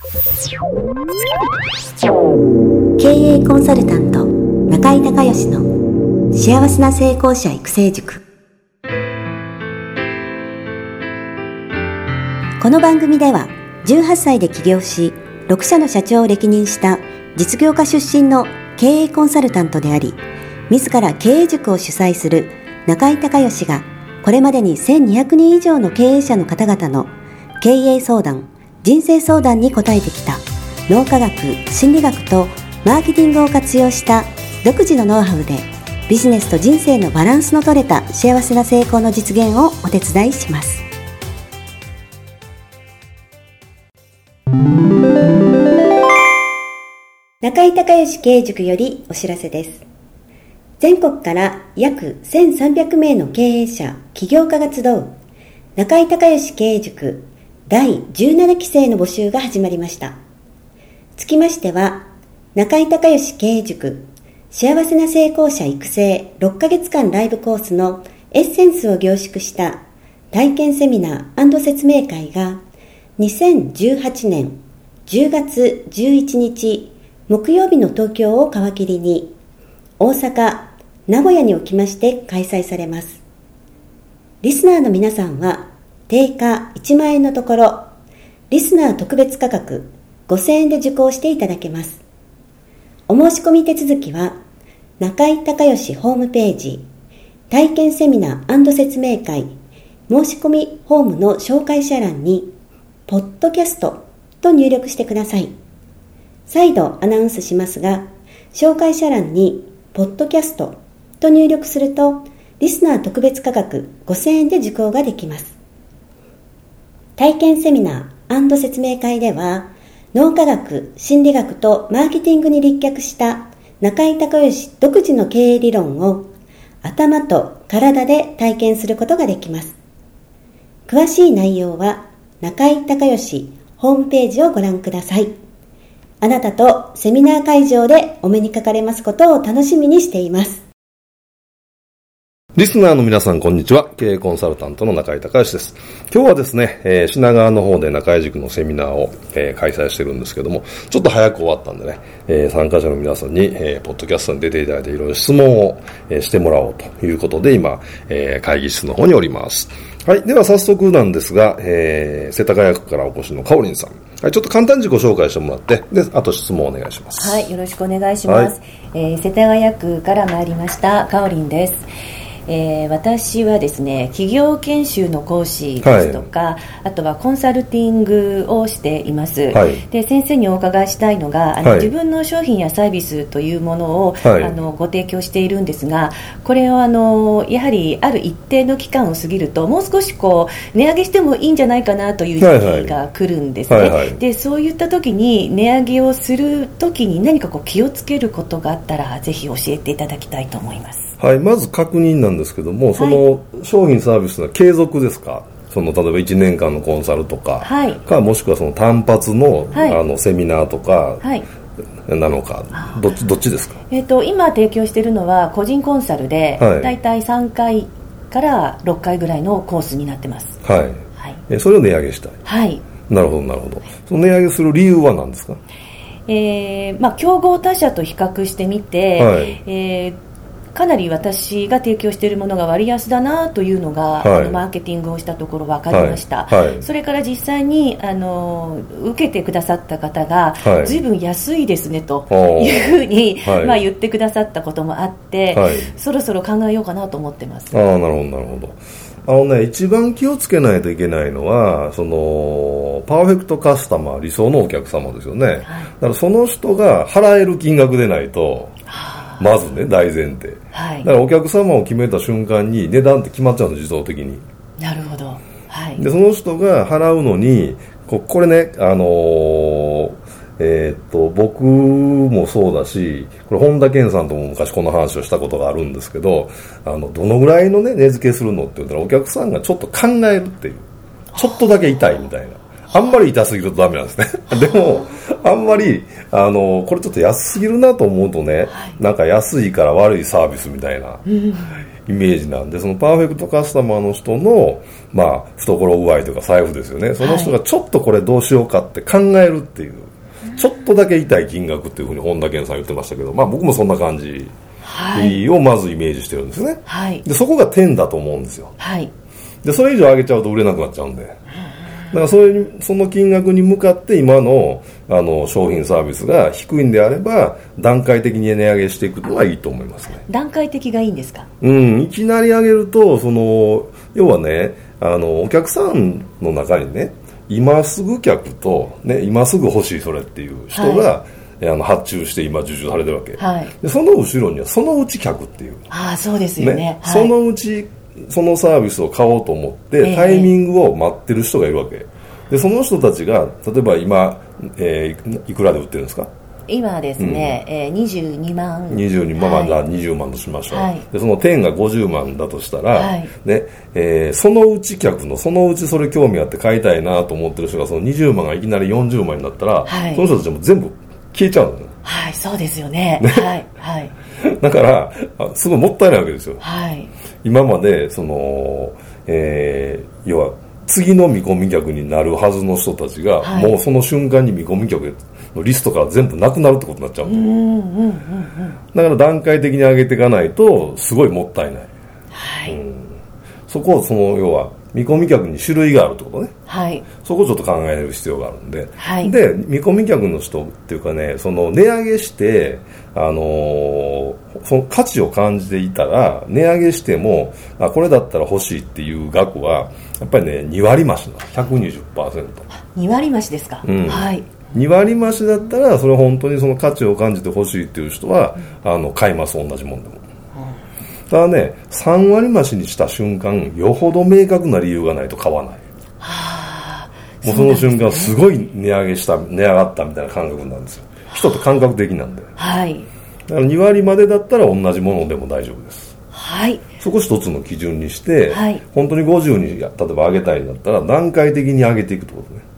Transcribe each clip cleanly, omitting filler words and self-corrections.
経営コンサルタント中井孝義の幸せな成功者育成塾。この番組では18歳で起業し6社の社長を歴任した実業家出身の経営コンサルタントであり、自ら経営塾を主催する中井孝義がこれまでに1200人以上の経営者の方々の経営相談、人生相談に応えてきた脳科学、心理学とマーケティングを活用した独自のノウハウでビジネスと人生のバランスの取れた幸せな成功の実現をお手伝いします。中井孝義経営塾よりお知らせです。全国から約1300名の経営者、起業家が集う中井孝義経営塾第17期生の募集が始まりました。つきましては、中井孝義経営塾幸せな成功者育成6ヶ月間ライブコースのエッセンスを凝縮した体験セミナー&説明会が2018年10月11日木曜日の東京を皮切りに大阪、名古屋におきまして開催されます。リスナーの皆さんは定価1万円のところ、リスナー特別価格5000円で受講していただけます。お申し込み手続きは中井孝義ホームページ体験セミナー&説明会申し込みフォームの紹介者欄にポッドキャストと入力してください。再度アナウンスしますが、紹介者欄にポッドキャストと入力するとリスナー特別価格5000円で受講ができます。体験セミナー&説明会では脳科学、心理学とマーケティングに立脚した中井孝義独自の経営理論を頭と体で体験することができます。詳しい内容は中井孝義ホームページをご覧ください。あなたとセミナー会場でお目にかかれますことを楽しみにしています。 リスナーの皆さん、こんにちは。経営コンサルタントの中井孝義です。今日はですね、品川の方で中井塾のセミナーを、開催してるんですけども、ちょっと早く終わったんでね、参加者の皆さんに、ポッドキャストに出ていただいていろいろ質問を、してもらおうということで、今、会議室の方におります。はい。では早速なんですが、世田谷区からお越しのかおりんさん。はい。ちょっと簡単に自己紹介してもらって、で、あと質問をお願いします。 はい。よろしくお願いします。世田谷区から参りましたかおりんです。私はですね、企業研修の講師ですとか、はい、あとはコンサルティングをしています、はい、で先生にお伺いしたいのがはい、自分の商品やサービスというものを、はい、ご提供しているんですが、これをやはりある一定の期間を過ぎるともう少し値上げしてもいいんじゃないかなという時期が来るんですね、はいはい、でそういった時に値上げをする時に何か気をつけることがあったらぜひ教えていただきたいと思います。 はい、まず確認なんですけども、その商品サービスは継続ですか？例えば1年間のコンサルとか、はい、もしくはその単発の、はい、セミナーとか、はい、なのか、どっちですか？ 今提供しているのは個人コンサルで、はい、だいたい3回から6回ぐらいのコースになってます。 はい。はい、それを値上げしたい。はい。なるほどなるほど。その値上げする理由は何ですか？ 競合他社と比較してみて、はいかなり私が提供しているものが割安だなというのが、はい、マーケティングをしたところ分かりました、はいはい、それから実際に受けてくださった方が、はい、随分安いですねというふうに、はい言ってくださったこともあって、はい、そろそろ考えようかなと思ってます。 なるほどなるほど。一番気をつけないといけないのはそのパーフェクトカスタマー、理想のお客様ですよね、はい、だからその人が払える金額でないとまずね、大前提、はい、だからお客様を決めた瞬間に値段って決まっちゃうんです、自動的に。 なるほど、はい、 でその人が払うのにこれね、僕もそうだし、これ本田健さんとも昔この話をしたことがあるんですけど、どのぐらいのね値付けするのって言ったらお客さんがちょっと考えるっていう、ちょっとだけ痛いみたいな、あんまり痛すぎるとダメなんですねでもあんまりこれちょっと安すぎるなと思うとね、はい、なんか安いから悪いサービスみたいな、 イメージなんで、そのパーフェクトカスタマーの人の、まあ、懐具合というか財布ですよね。その人がちょっとこれどうしようかって考えるっていう、ちょっとだけ痛い金額っていうふうに本田健さん言ってましたけど、まあ僕もそんな感じをまずイメージしてるんですね。 はい、 で、そこが点だと思うんですよ。 はい、 で、それ以上上げちゃうと売れなくなっちゃうんで。だからその金額に向かって今の、商品サービスが低いんであれば、段階的に値上げしていくのはいいと思いますね。 段階的がいいんですか？ いきなり上げると、要はね、お客さんの中にね、今すぐ客と、ね、今すぐ欲しいそれっていう人が、発注して今受注されてるわけ。はい、で、その後ろにはそのうち客っていう。 ああ、そうですよね。 はい、そのうち、そのサービスを買おうと思って、タイミングを待ってる人がいるわけ。で、その人たちが、例えば今、いくらで売ってるんですか？ 今はですね、22万。 22万、はい、20万としましょう。はい、で、その点が50万だとしたら、はい、ね、そのうち客の、そのうちそれ興味あって買いたいなと思ってる人が、その20万がいきなり40万になったら、はい、その人たちも全部消えちゃうんだよね。 はい、そうですよね。はい、はい。 だから、すごいもったいないわけですよ。 はい。 今まで、要は、次の見込み客になるはずの人たちが、はい、もうその瞬間に見込み客のリストから全部なくなるってことになっちゃうんだ。だから段階的に上げていかないとすごいもったいない。はい。そこを要は見込み客に種類があるってことね。はい。そこをちょっと考える必要があるんで。はい。で、見込み客の人っていうかね、値上げして、その価値を感じていたら、値上げしても、これだったら欲しいっていう額は、やっぱりね、2割増しなの。120%。2 割増しですか？ うん。 はい。 2割増しだったら、それ本当にその価値を感じて欲しいっていう人は、買います、同じもんでも。ただね、3割増しにした瞬間、よほど明確な理由がないと買わない。はあ、もうその瞬間、すごい値上がったみたいな感覚なんですよ。人って感覚的なんで。はい。だから2割までだったら同じものでも大丈夫です。はい。そこ一つの基準にして、はい、本当に50に例えば上げたいんだったら、段階的に上げていくってことね。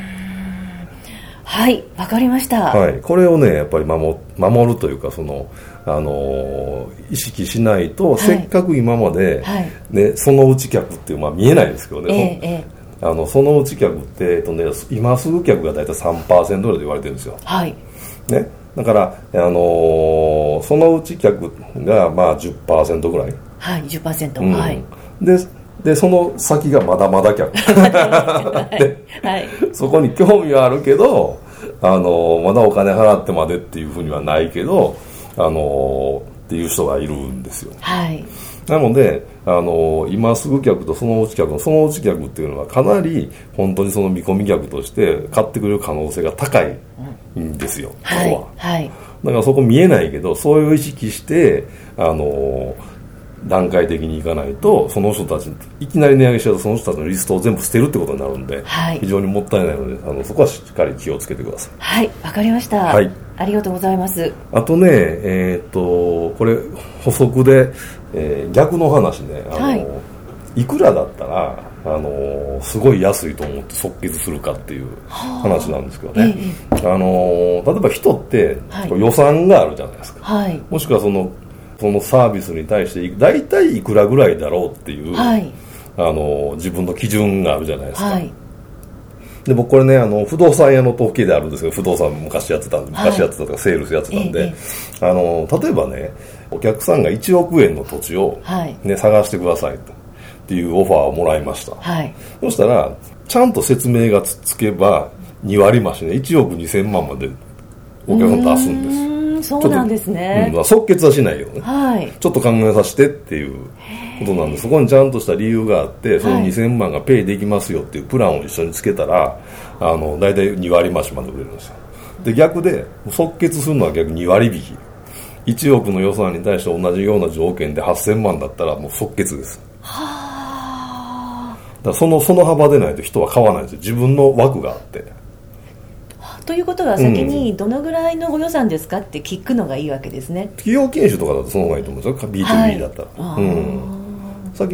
はい、わかりました。 はい。これをね、やっぱり守るというか、意識しないと、はい、せっかく今まで、はい、ね、そのうち客っていう、見えないですけどね、そのうち客って、今すぐ客が大体 3% ぐらいで言われてるんですよ。はい。ね。だから、そのうち客が、10% ぐらい。 はい、10%。うん、はい。 で、その先がまだまだ客。で、はい、そこに興味はあるけど、まだお金払ってまでっていうふうにはないけど、っていう人がいるんですよ。はい。なので、今すぐ客とそのうち客っていうのはかなり本当にその見込み客として買ってくれる可能性が高いんですよ。はい。はい。だからそこ見えないけど、それを意識して、段階的にいかないと、その人たちいきなり値上げしちゃうとその人たちのリストを全部捨てるってことになるんで、はい、非常にもったいないのでそこはしっかり気をつけてください。はい、わかりました。はい、 ありがとうございます。 あとね、これ補足で、逆の話ね、いくらだったらすごい安いと思って即決するかっていう話なんですけどね、例えば人って、はい、予算があるじゃないですか、はい、もしくはそのサービスに対して大体いくらぐらいだろうっていう、はい、自分の基準があるじゃないですか、はい、で僕これね不動産屋の統計であるんですけど、不動産昔やってたとか、セールスやってたんで、例えばね、お客さんが1億円の土地を、ね、探してくださいっていうオファーをもらいました、はい、そしたらちゃんと説明がつけば2割増しね、1億2000万までお客さん出すんです。 そうなんですね、 即決はしないよね、はい、ちょっと考えさせてっていうことなんで、そこにちゃんとした理由があって、その2000万がペイできますよっていうプランを一緒につけたら、大体2割増しまで売れるんですよ。で、逆で即決するのは逆に2割引き、1億の予算に対して同じような条件で8000万だったらもう即決です。はだからその幅でないと人は買わないんですよ。自分の枠があって。 ということは先にどのぐらいのご予算ですかって聞くのがいいわけですね。 企業研修とかだとその方がいいと思うんですよ、 B2B だったら、はい、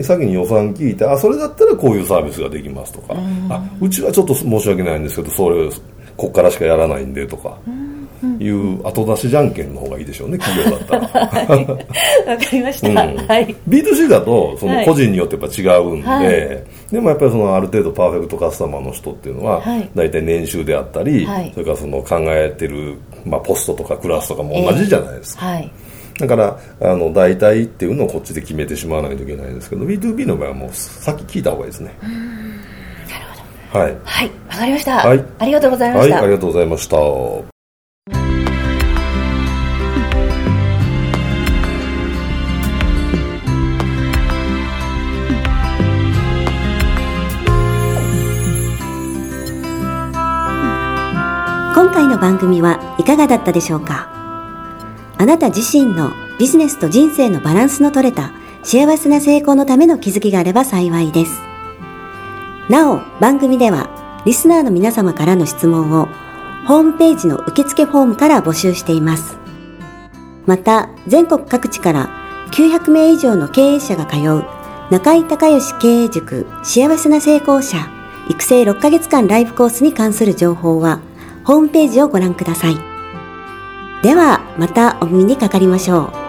先に予算聞いて、それだったらこういうサービスができますとか、うちはちょっと申し訳ないんですけどそれこっからしかやらないんでとか、 いう後出しじゃんけんの方がいいでしょうね、企業だったら。 はい、わかりました。はい。 B2C だとその個人によってやっぱ違うんで、でもやっぱりそのある程度パーフェクトカスタマーの人っていうのは、大体年収であったり、それからその考えてる、ポストとかクラスとかも同じじゃないですか。だから大体っていうのをこっちで決めてしまわないといけないんですけど、 B2B の場合はもうさっき聞いた方がいいですね。 なるほど。はい、はい、わかりました。 はい、 ありがとうございました。 はい、ありがとうございました。 今回の番組はいかがだったでしょうか。あなた自身のビジネスと人生のバランスの取れた幸せな成功のための気づきがあれば幸いです。なお、番組ではリスナーの皆様からの質問をホームページの受付フォームから募集しています。また、全国各地から900名以上の経営者が通う中井孝義経営塾幸せな成功者育成6ヶ月間ライブコースに関する情報はホームページをご覧ください。ではまたお耳にかかりましょう。